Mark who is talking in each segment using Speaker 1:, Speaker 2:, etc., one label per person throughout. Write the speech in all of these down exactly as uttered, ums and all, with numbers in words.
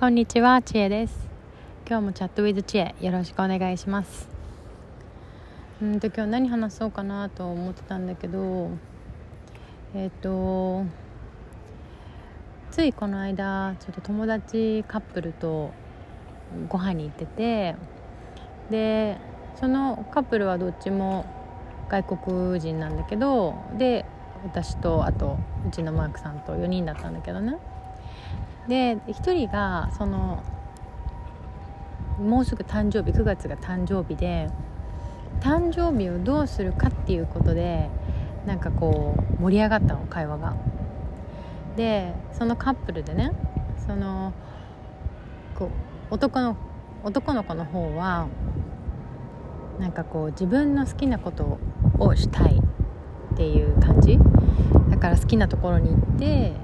Speaker 1: こんにちは、ちえです。今日もチャットウィズちえよろしくお願いします。うんと今日何話そうかなと思ってたんだけどえっ、とついこの間ちょっと友達カップルとご飯に行ってて、でそのカップルはどっちも外国人なんだけど、で私とあとうちのマークさんとよにんだったんだけどね。でひとりがそのもうすぐ誕生日、くがつが誕生日で、誕生日をどうするかっていうことでなんかこう盛り上がったの、会話が。でそのカップルでね、そのこう男の男の子の方はなんかこう自分の好きなことをしたいっていう感じだから、好きなところに行って、え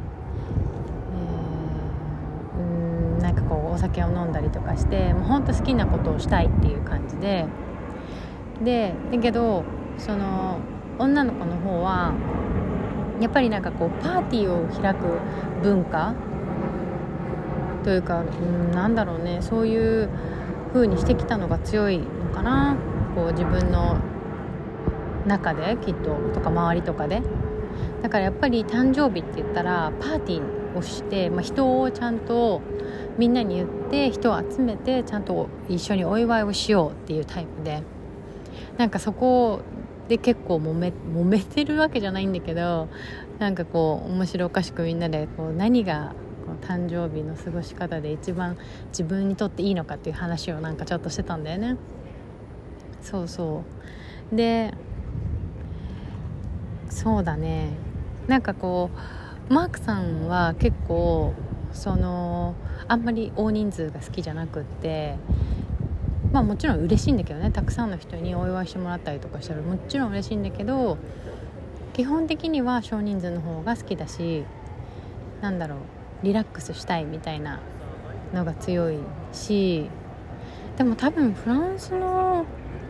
Speaker 1: ー、うーんなんかこうお酒を飲んだりとかして、もうほんと好きなことをしたいっていう感じででだけどその女の子の方はやっぱりなんかこうパーティーを開く文化というか、うん、なんだろうね、そういう風にしてきたのが強いのかな、こう自分の中できっと、とか周りとかで。だからやっぱり誕生日って言ったらパーティーをして、まあ、人をちゃんとみんなに言って人を集めてちゃんと一緒にお祝いをしようっていうタイプで、なんかそこで結構揉め、揉めてるわけじゃないんだけど、なんかこう面白おかしくみんなでこう何がこう誕生日の過ごし方で一番自分にとっていいのかっていう話をなんかちょっとしてたんだよね。そうそうでそうだね、なんかこうマークさんは結構そのあんまり大人数が好きじゃなくって、まあもちろん嬉しいんだけどね、たくさんの人にお祝いしてもらったりとかしたらもちろん嬉しいんだけど、基本的には少人数の方が好きだし、なんだろう、リラックスしたいみたいなのが強いし、でも多分フランスの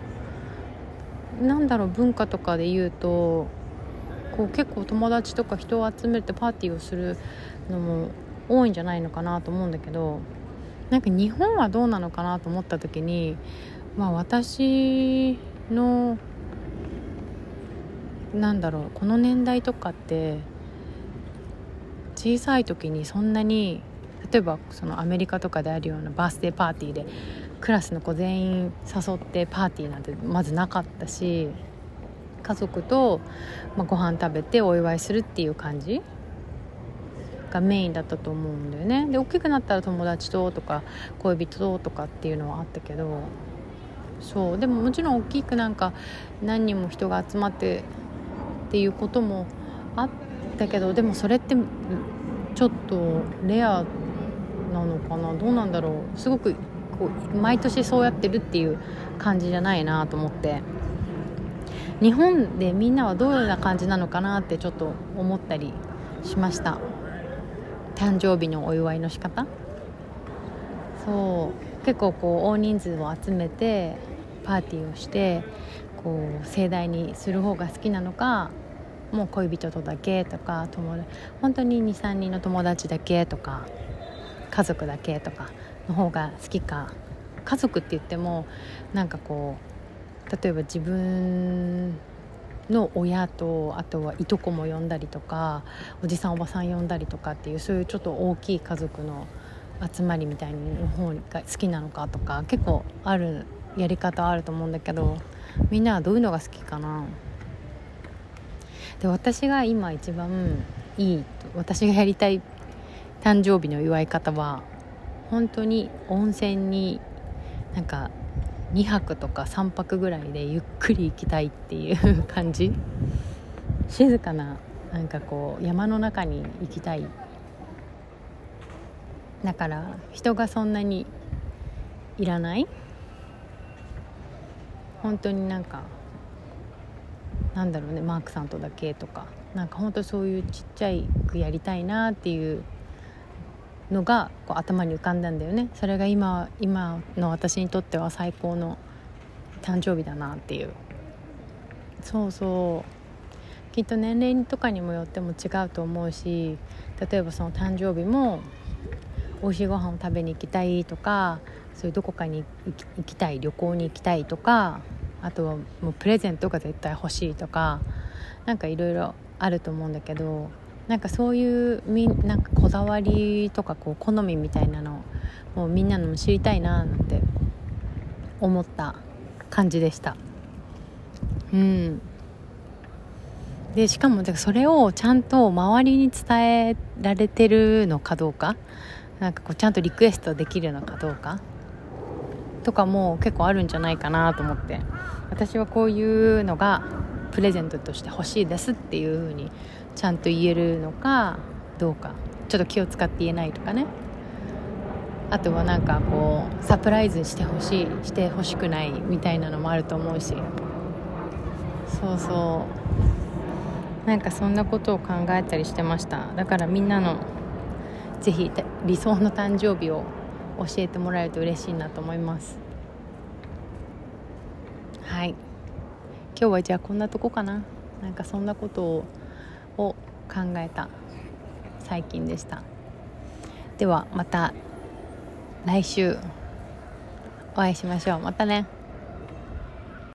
Speaker 1: なんだろう文化とかで言うと、こう結構友達とか人を集めてパーティーをするのも多いんじゃないのかなと思うんだけど、なんか日本はどうなのかなと思った時に、まあ私のなんだろうこの年代とかって小さい時にそんなに、例えばそのアメリカとかであるようなバースデーパーティーでクラスの子全員誘ってパーティーなんてまずなかったし、家族と、まあ、ご飯食べてお祝いするっていう感じがメインだったと思うんだよね。で大きくなったら友達ととか恋人ととかっていうのはあったけど、そうでももちろん大きくなんか何人も人が集まってっていうこともあったけど、でもそれってちょっとレアなのかな、どうなんだろう、すごくこう毎年そうやってるっていう感じじゃないなと思って、日本でみんなはどういうような感じなのかなってちょっと思ったりしました。誕生日のお祝いの仕方、そう結構こう大人数を集めてパーティーをしてこう盛大にする方が好きなのか、もう恋人とだけとか、友達本当に にさんにんの友達だけとか家族だけとかの方が好きか。家族って言ってもなんかこう例えば自分の親とあとはいとこも呼んだりとか、おじさんおばさん呼んだりとかっていう、そういうちょっと大きい家族の集まりみたいな方が好きなのかとか、結構あるやり方あると思うんだけど、みんなはどういうのが好きかな。で私が今一番いいと、私がやりたい誕生日の祝い方は本当に温泉になんかにはくとかさんぱくぐらいでゆっくり行きたいっていう感じ。静かななんかこう山の中に行きたい。だから人がそんなにいらない、本当になんかなんだろうね、マークさんとだけとか、なんか本当そういうちっちゃいくやりたいなっていうのがこう頭に浮かんだんだよね。それが今今の私にとっては最高の誕生日だなっていう。そうそうきっと年齢とかにもよっても違うと思うし、例えばその誕生日も美味しいご飯を食べに行きたいとか、そういうどこかに行き、行きたい、旅行に行きたいとか、あとはもうプレゼントが絶対欲しいとか、なんかいろいろあると思うんだけど、なんかそういうみなんかこだわりとかこう好みみたいなのをもうみんなのも知りたいななんて思った感じでした。うんでしかもそれをちゃんと周りに伝えられてるのかどうか、なんかこうちゃんとリクエストできるのかどうかとかも結構あるんじゃないかなと思って、私はこういうのがプレゼントとして欲しいですっていう風にちゃんと言えるのかどうか、ちょっと気を使って言えないとかね、あとはなんかこうサプライズしてほしいしてほしくないみたいなのもあると思うし、そうそうなんかそんなことを考えたりしてました。だからみんなのぜひ理想の誕生日を教えてもらえると嬉しいなと思います。はい、今日はじゃあこんなとこかな。なんかそんなことを、を考えた最近でした。ではまた来週お会いしましょう。またね。